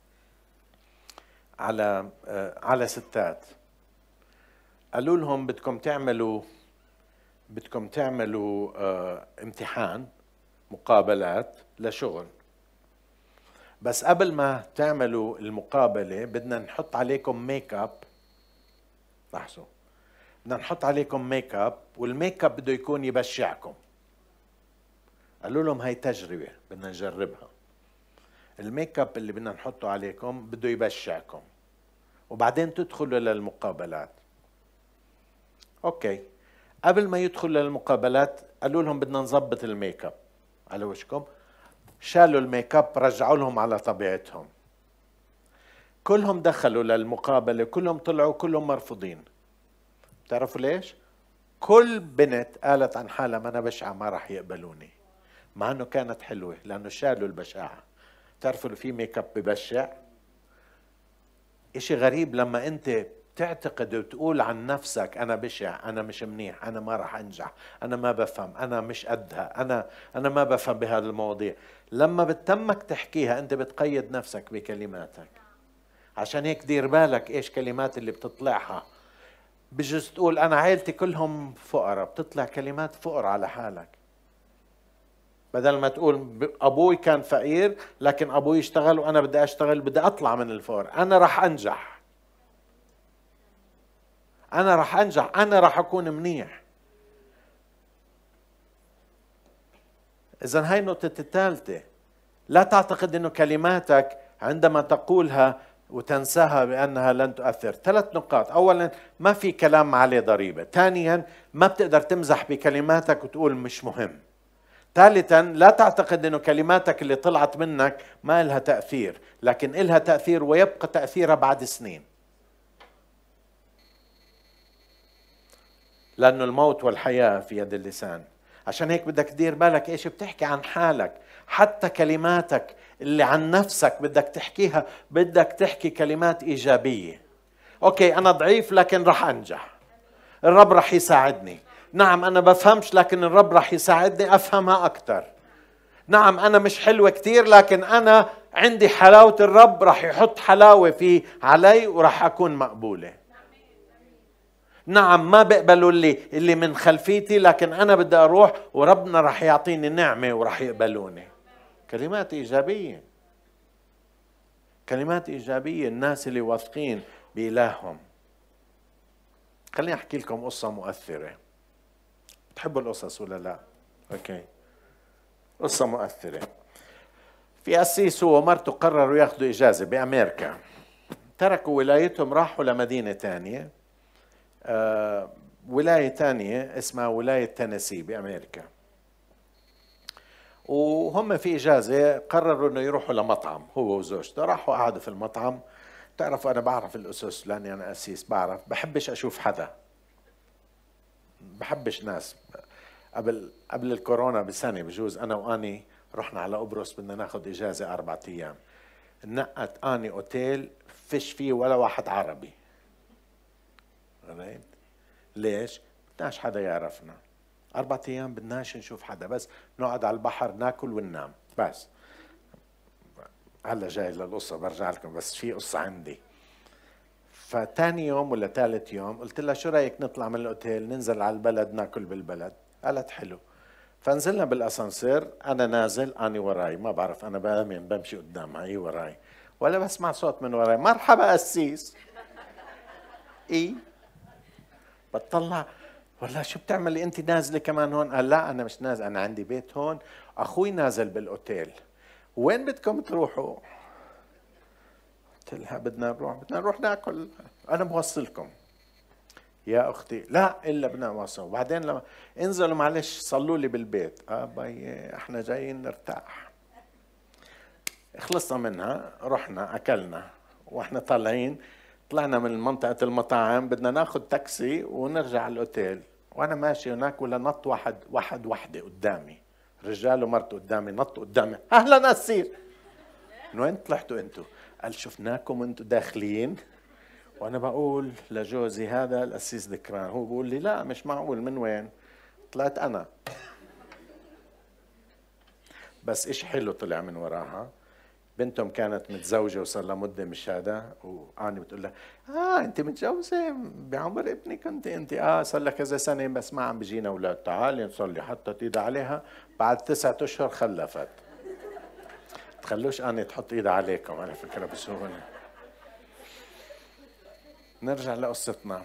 على على ستات. قالوا لهم بدكم تعملوا بدكم تعملوا اه امتحان مقابلات لشغل، بس قبل ما تعملوا المقابلة بدنا نحط عليكم ميك اب. لاحظوا، بدنا نحط عليكم ميك اب، والميك اب بده يكون يبشعكم. قالوا لهم هاي تجربة بدنا نجربها. الميك اب اللي بدنا نحطه عليكم بده يبشعكم، وبعدين تدخلوا للمقابلات. اوكي، قبل ما يدخلوا للمقابلات قالوا لهم بدنا نظبط الميك اب على وشكم. شالوا الميك اب، رجعوا لهم على طبيعتهم. كلهم دخلوا للمقابلة، كلهم طلعوا كلهم مرفوضين. بتعرفوا ليش؟ كل بنت قالت عن حالها ما أنا بشعة ما راح يقبلوني، مع أنه كانت حلوة، لأنه شالوا البشاعة. تعرفوا في ميك اب ببشع؟ إشي غريب لما أنت تعتقد وتقول عن نفسك أنا بشع، أنا مش منيح، أنا ما راح أنجح، أنا ما بفهم، أنا مش قدها، أنا أنا ما بفهم بهذا المواضيع. لما بتتمك تحكيها أنت بتقيد نفسك بكلماتك. عشان هيك دير بالك إيش كلمات اللي بتطلعها. بجوز تقول أنا عائلتي كلهم فقراء، بتطلع كلمات فقر على حالك. بدل ما تقول أبوي كان فقير لكن أبوي يشتغل وأنا بدي أشتغل، بدي أطلع من الفقر، أنا راح أنجح، أنا راح أنجح، أنا راح أكون منيح. إذن هاي النقطة الثالثة. لا تعتقد أنه كلماتك عندما تقولها وتنساها بأنها لن تؤثر. ثلاث نقاط. أولا، ما في كلام عليه ضريبة. ثانيا، ما بتقدر تمزح بكلماتك وتقول مش مهم. ثالثا، لا تعتقد أنه كلماتك اللي طلعت منك ما لها تأثير، لكن لها تأثير ويبقى تأثيرها بعد سنين. لأنه الموت والحياة في يد اللسان. عشان هيك بدك تدير بالك إيش بتحكي عن حالك. حتى كلماتك اللي عن نفسك بدك تحكيها، بدك تحكي كلمات إيجابية. أوكي، أنا ضعيف لكن رح أنجح، الرب رح يساعدني. نعم أنا بفهمش لكن الرب رح يساعدني أفهمها أكتر. نعم أنا مش حلوة كتير لكن أنا عندي حلاوة الرب، رح يحط حلاوة في علي ورح أكون مقبولة. نعم ما بقبلوا اللي اللي من خلفيتي، لكن أنا بدي أروح وربنا رح يعطيني نعمة ورح يقبلوني. كلمات إيجابية، كلمات إيجابية. الناس اللي واثقين بإلههم. خليني أحكي لكم قصة مؤثرة. تحبوا القصص ولا لا؟ أوكي. قصة مؤثرة. في قسيس هو ومرته قرروا ياخذوا إجازة بأمريكا، تركوا ولايتهم راحوا لمدينة تانية، آه ولاية تانية اسمها ولاية تينيسي بأمريكا. وهم في إجازة قرروا إنه يروحوا لمطعم هو وزوجته، راحوا قعدوا في المطعم. تعرفوا أنا بعرف الأسس لأني أنا قسيس، بعرف بحبش أشوف حدا، بحبش ناس. قبل قبل الكورونا بسنة بجوز أنا وأني رحنا على قبرص، بدنا ناخذ إجازة أربعة أيام. نقت أني أوتيل فيش فيه ولا واحد عربي. غريب. ليش؟ بدناش حدا يعرفنا. أربعة أيام بدناش نشوف حدا، بس نقعد على البحر ناكل وننام بس. هلا جاي للقصة برجع لكم، بس في قصة عندي. فتاني يوم ولا ثالث يوم قلت لها شو رأيك نطلع من الأوتيل ننزل على البلد ناكل بالبلد؟ قالت حلو. فنزلنا بالأسانسير، أنا نازل أني وراي، ما بعرف أنا بأمن بمشي قدامها هي وراي، ولا بسمع صوت من وراي مرحبا قسيس. إيه بتطلع والله شو بتعملي أنت نازلة كمان هون؟ قال لا أنا مش نازل، أنا عندي بيت هون، أخوي نازل بالأوتيل. وين بدكم تروحوا؟ قلت لها بدنا نروح بدنا نروح ناكل، أنا بوصلكم. يا أختي لا إلا بدنا نوصل، وبعدين لما انزلوا معلش صلوا لي بالبيت. آه بي احنا جايين نرتاح. خلصنا منها، رحنا أكلنا، وإحنا طالعين طلعنا من منطقة المطاعم بدنا ناخذ تاكسي ونرجع على الأوتيل. وأنا ماشي هناك ولا نط واحد واحد وحدة قدامي، رجال ومرته قدامي، نط قدامي أهلا قسيس. من وين طلعتوا أنتوا؟ قال شفناكم أنتوا داخلين. وأنا بقول لجوزي هذا القسيس ذكران، هو بقول لي لا مش معقول، من وين؟ طلعت أنا. بس إيش حلو طلع من وراها، بنتهم كانت متزوجة وصار لها مدة مش هذا، وأنا بتقول لها آه أنت متجوزة بعمر ابنك أنت أنت آه صار لها كذا سنة بس ما عم بيجينا أولاد. تعالي نصلي. حطت إيدها عليها، بعد تسعة أشهر خلفت. تخلوش أنا تحط إيدها عليكم على فكرة بسهولة. نرجع لقصتنا.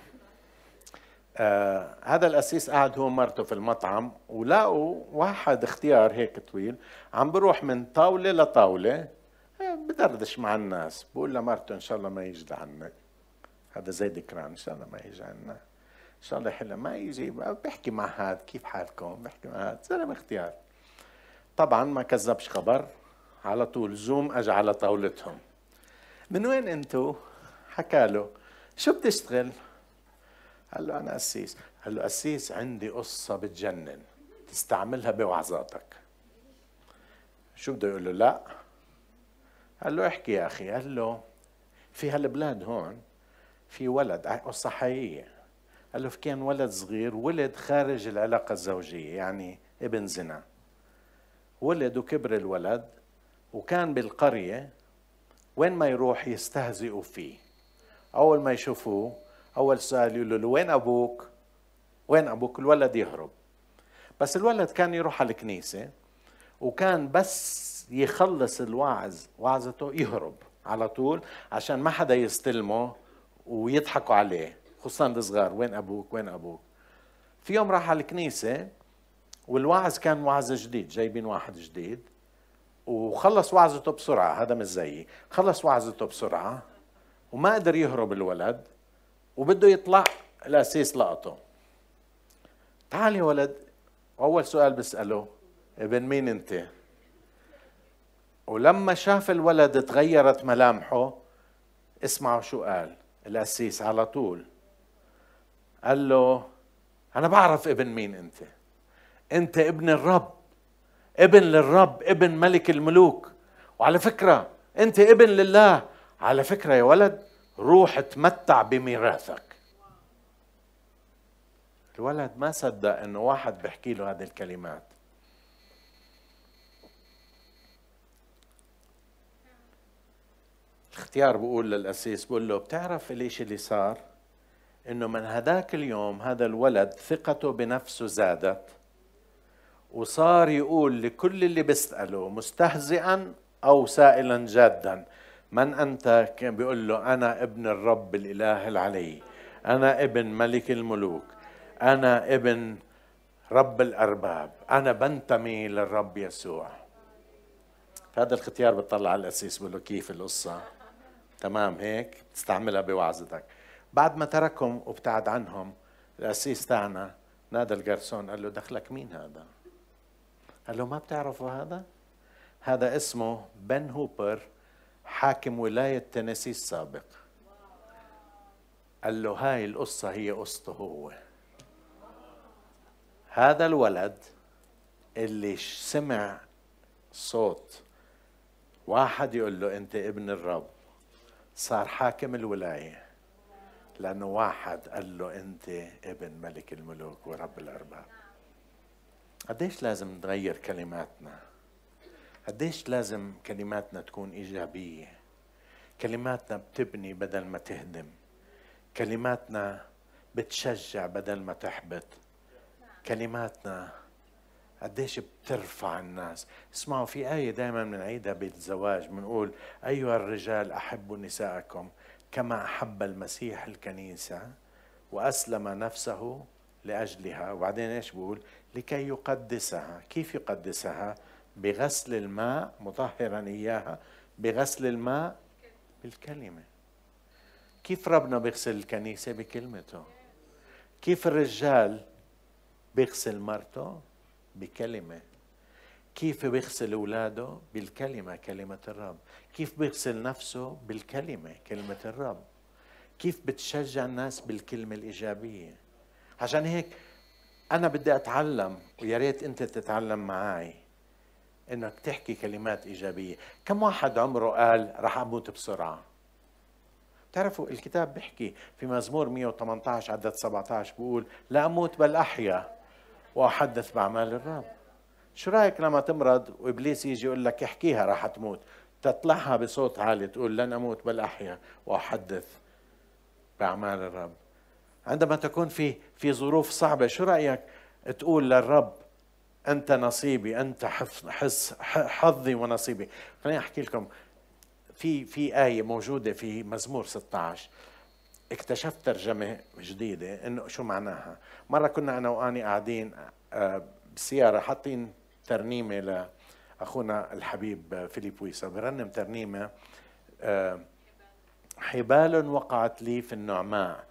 آه هذا القسيس قاعد هو ومرته في المطعم، ولاقوا واحد اختيار هيك طويل عم بروح من طاولة لطاولة بدردش مع الناس، بقول لمرته إن شاء الله ما يجي لعنك، هذا زي ذكران، إن شاء الله ما يجي عنا، إن شاء الله يحلها ما يجي. بحكي مع هاد كيف حالكم، بحكي مع هاد زلمة اختيار. طبعا ما كذبش خبر، على طول زوم أجى على طاولتهم. من وين أنتوا؟ حكى له. شو بتشتغل؟ قال له أنا قسيس. قال له قسيس عندي قصة بتجنن تستعملها بوعظاتك. شو بده يقول له؟ لا. قال له احكي يا أخي. قال له في هالبلاد هون في ولد، قصة حقيقية. قال له في كان ولد صغير ولد خارج العلاقة الزوجية، يعني ابن زنا، ولد وكبر الولد، وكان بالقرية وين ما يروح يستهزئوا فيه. أول ما يشوفوه أول سؤال يقولوا له وين أبوك؟ وين أبوك؟ الولد يهرب. بس الولد كان يروح على الكنيسة، وكان بس يخلص الوعظ وعظته يهرب على طول عشان ما حدا يستلمه ويضحكوا عليه، خصوصا الصغار. وين أبوك؟ وين أبوك؟ في يوم راح على الكنيسة والوعظ كان وعظ جديد، جايبين واحد جديد، وخلص وعظته بسرعة. هذا مش زيي، خلص وعظته بسرعة وما قدر يهرب الولد، وبده يطلع. القسيس لقطه. تعال يا ولد. أول سؤال بسأله ابن مين أنت؟ ولما شاف الولد تغيرت ملامحه، اسمعوا شو قال القسيس على طول. قال له أنا بعرف ابن مين أنت، أنت ابن الرب، ابن للرب، ابن ملك الملوك، وعلى فكرة أنت ابن لله. على فكرة يا ولد روح تمتع بميراثك. الولد ما صدق انه واحد بيحكي له هذه الكلمات. الاختيار بقول للقسيس، بقول له بتعرف الاشي اللي صار؟ إنه من هداك اليوم هذا الولد ثقته بنفسه زادت، وصار يقول لكل اللي بيسأله مستهزئا أو سائلا جادا: من أنت؟ كان بيقول له: أنا ابن الرب الإله العلي، أنا ابن ملك الملوك، أنا ابن رب الأرباب، أنا بنتمي للرب يسوع. فهذا الختيار بتطلع على الأسيس بيقول له: كيف القصة؟ تمام هيك تستعملها بوعظتك. بعد ما تركهم وابتعد عنهم، الأسيس تاعنا نادى الجرسون قال له: دخلك مين هذا؟ قال له: ما بتعرفوا هذا؟ هذا اسمه بن هوبر، حاكم ولاية تينيسي السابق. قال له: هاي القصة هي قصته هو. هذا الولد اللي سمع صوت واحد يقول له: أنت ابن الرب، صار حاكم الولاية، لأنه واحد قال له: أنت ابن ملك الملوك ورب الأرباب. قديش لازم نغير كلماتنا؟ قديش لازم كلماتنا تكون إيجابية؟ كلماتنا بتبني بدل ما تهدم، كلماتنا بتشجع بدل ما تحبط، كلماتنا قديش بترفع الناس. اسمعوا، في آية دائما بنعيدها بالزواج، بنقول: أيها الرجال أحبوا نساءكم كما أحب المسيح الكنيسة وأسلم نفسه لأجلها. وبعدين إيش بقول؟ لكي يقدسها. كيف يقدسها؟ بغسل الماء، مطهرا إياها بغسل الماء بالكلمة. كيف ربنا بيغسل الكنيسة؟ بكلمته. كيف الرجال بيغسل مرته؟ بكلمة. كيف بيغسل أولاده؟ بالكلمة، كلمة الرب. كيف بيغسل نفسه؟ بالكلمة، كلمة الرب. كيف بتشجع الناس؟ بالكلمة الإيجابية. عشان هيك أنا بدي أتعلم، ويا ريت أنت تتعلم معي، إنك تحكي كلمات إيجابية. كم واحد عمره قال رح أموت بسرعة؟ تعرفوا الكتاب بيحكي في مزمور مئة وثمانية عشر عدد سبعة عشر بيقول: لا أموت بل أحيا وأحدث بأعمال الرب. شو رأيك لما تمرض وإبليس يجي يقول لك احكيها راح تموت، تطلعها بصوت عالي تقول: لن أموت بل أحيا وأحدث بأعمال الرب. عندما تكون في في ظروف صعبة، شو رأيك تقول للرب: أنت نصيبي، أنت حظ حظي ونصيبي. خليني أحكي لكم في في آية موجودة في مزمور ستة عشر، اكتشفت ترجمة جديدة إنه شو معناها. مرة كنا أنا وأني قاعدين بالسيارة حاطين ترنيمة لأخونا الحبيب فيليب ويسا، برنم ترنيمة: حبال وقعت لي في النعماء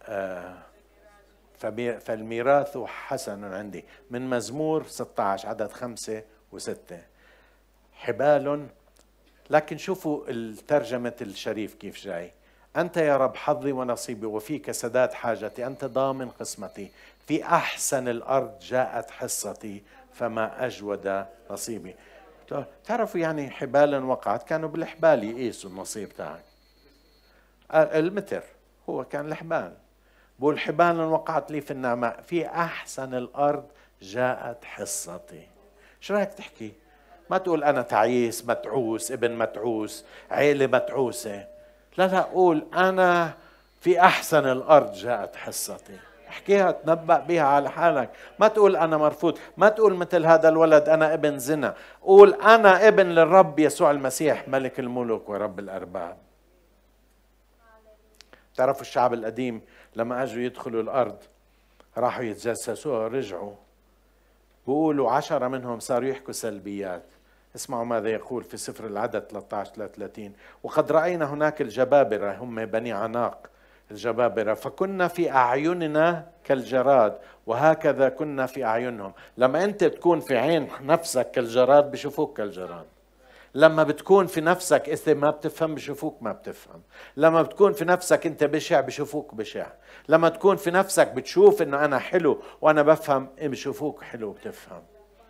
فالميراث حسن عندي، من مزمور ستة عشر عدد خمسة وستة. حبال، لكن شوفوا الترجمة الشريف كيف جاي: أنت يا رب حظي ونصيبي، وفيك سداد حاجتي، أنت ضامن قسمتي، في أحسن الأرض جاءت حصتي، فما أجود نصيبي. تعرفوا يعني حبالا وقعت، كانوا بالحبال يقيسوا النصيب تاعك، المتر هو كان الحبال. بقول: حبالا وقعت لي في النعماء، في أحسن الأرض جاءت حصتي. شو رأيك تحكي؟ ما تقول أنا تعيس متعوس، ابن متعوس، عيلة متعوسة. لا لا، قول: أنا في أحسن الأرض جاءت حصتي. احكيها، تنبأ بها على حالك. ما تقول أنا مرفوض، ما تقول مثل هذا الولد أنا ابن زنا. قول: أنا ابن للرب يسوع المسيح ملك الملوك ورب الأرباب. تعرفوا الشعب القديم لما أجوا يدخلوا الأرض راحوا يتجسسوها ورجعوا، بقولوا عشرة منهم صاروا يحكوا سلبيات. اسمعوا ماذا يقول في سفر العدد ثلاثة عشر ثلاثين: وقد رأينا هناك الجبابرة، هم بني عناق الجبابرة، فكنا في أعيننا كالجراد وهكذا كنا في أعينهم. لما أنت تكون في عين نفسك كالجراد بشوفوك كالجراد. لما بتكون في نفسك إذا ما بتفهم بشوفوك ما بتفهم. لما بتكون في نفسك أنت بشع بشوفوك بشع. لما تكون في نفسك بتشوف إنه أنا حلو وأنا بفهم بشوفوك حلو بتفهم.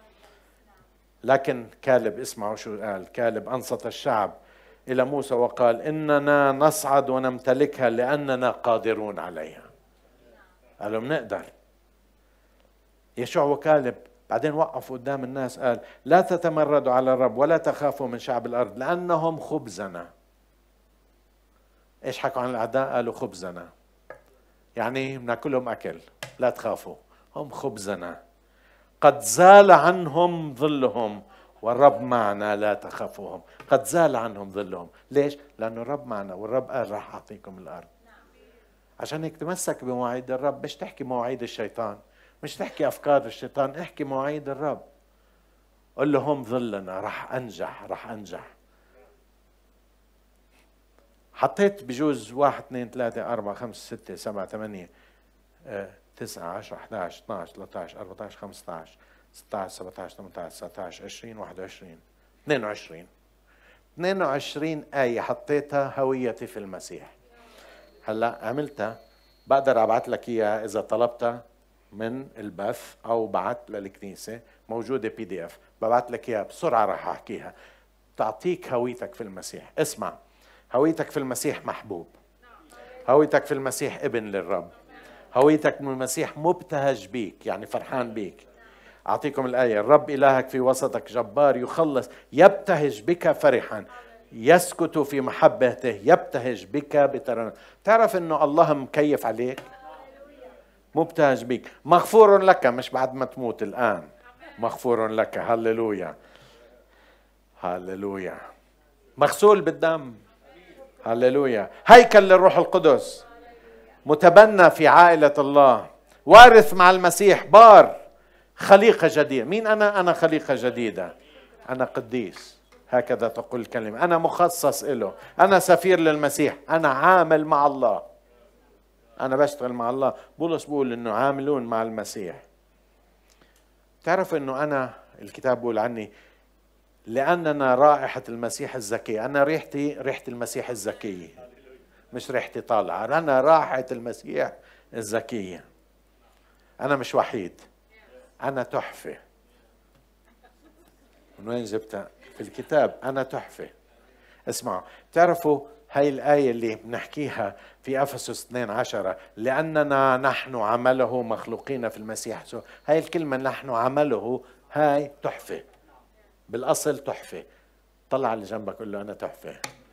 لكن كالب، اسمعوا شو قال كالب: أنصت الشعب إلى موسى وقال: إننا نصعد ونمتلكها لأننا قادرون عليها. قالوا بنقدر. يشوع وكالب بعدين وقفوا قدام الناس قال: لا تتمردوا على الرب ولا تخافوا من شعب الأرض لأنهم خبزنا. إيش حكوا عن الأعداء؟ قالوا خبزنا. يعني بناكلهم أكل، لا تخافوا، هم خبزنا، قد زال عنهم ظلهم والرب معنا لا تخافوهم. قد زال عنهم ظلهم، ليش؟ لأنه الرب معنا، والرب قال راح أعطيكم الأرض. عشان هيك تمسك بمواعيد الرب، مش تحكي مواعيد الشيطان، مش تحكي أفكار الشيطان، احكي مواعيد الرب. قل لهم ظلنا، راح أنجح، راح أنجح. حطيت بجوز واحد اثنين ثلاثة أربعة خمسة ستة سبعة ثمانية تسعة عشرة أحد عشر اثني عشر ثلاثة عشر أربعة عشر خمسة عشر ستة عشر سبعة عشر ثمانية عشر تسعة عشر عشرين واحد وعشرين اثنين وعشرين اثنين وعشرين آية حطيتها هويتي في المسيح. هلا عملتها، بقدر أبعث لك إياها إذا طلبتها من البث أو بعت للكنيسة، موجودة بي دي اف، ببعث لك إياها بسرعة، راح أحكيها. تعطيك هويتك في المسيح. اسمع، هويتك في المسيح محبوب، هويتك في المسيح ابن للرب، هويتك من المسيح مبتهج بيك، يعني فرحان بيك. أعطيكم الآية: الرب إلهك في وسطك جبار يخلص، يبتهج بك فرحا، يسكت في محبته، يبتهج بك بترنم. تعرف إنه الله مكيف عليك، مبتهج بك، مغفور لك، مش بعد ما تموت، الآن مغفور لك. هللويا هللويا. مغسول بالدم. هللويا. هيكل للروح القدس، متبنى في عائلة الله، وارث مع المسيح، بار، خليقة جديدة. مين أنا؟ أنا خليقة جديدة، أنا قديس، هكذا تقول الكلمة، أنا مخصص له، أنا سفير للمسيح، أنا عامل مع الله، أنا بشتغل مع الله. بولس بيقول إنه عاملون مع المسيح. تعرف إنه أنا، الكتاب بيقول عني لأننا رائحة المسيح الزكية. أنا ريحتي ريحة المسيح الزكية، مش ريحتي طالعة، أنا رائحة المسيح الزكية. أنا مش وحيد، أنا تحفة. من وين جبتها؟ في الكتاب، أنا تحفة. اسمعوا، تعرفوا هاي الآية اللي بنحكيها في أفسس اثنين عشرة، لأننا نحن عمله مخلوقين في المسيح يسوع. هاي الكلمة نحن عمله، هاي تحفة، بالأصل تحفة. طلع اللي جنبك قل له أنا تحفة.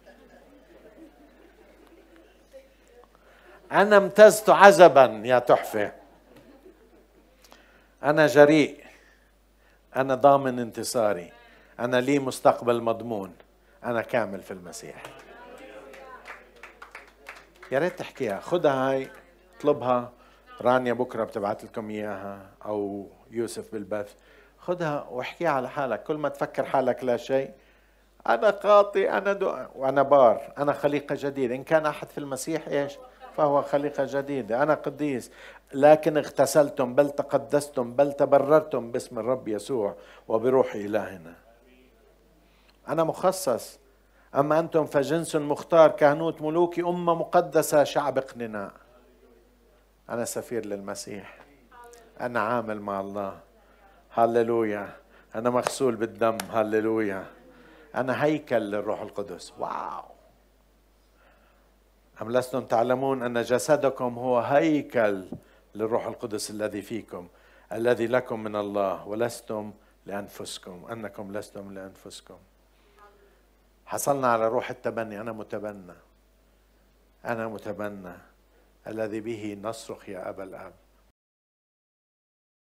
أنا امتزت عجبا يا تحفة، أنا جريء، أنا ضامن انتصاري، أنا لي مستقبل مضمون، أنا كامل في المسيح. يا ريت تحكيها، خدها هاي، اطلبها، رانيا بكرة بتبعت لكم إياها أو يوسف بالبث. خدها واحكيها على حالك، كل ما تفكر حالك لا شيء، أنا خاطئ، أنا دو... وأنا بار، أنا خليقة جديدة. إن كان أحد في المسيح إيش؟ فهو خليقة جديدة. أنا قديس، لكن اغتسلتم، بل تقدستم، بل تبررتم باسم الرب يسوع وبروح إلهنا. أنا مخصص. أما أنتم فجنس مختار، كهنوت ملوكي، أمة مقدسة، شعب اقتناء. أنا سفير للمسيح، أنا عامل مع الله. هللويا. أنا مغسول بالدم. هللويا. أنا هيكل للروح القدس. واو. أم لستم تعلمون أن جسدكم هو هيكل للروح القدس الذي فيكم، الذي لكم من الله، ولستم لأنفسكم، أنكم لستم لأنفسكم. حصلنا على روح التبني. أنا متبنى، أنا متبنى، الذي به نصرخ يا أبا الآب.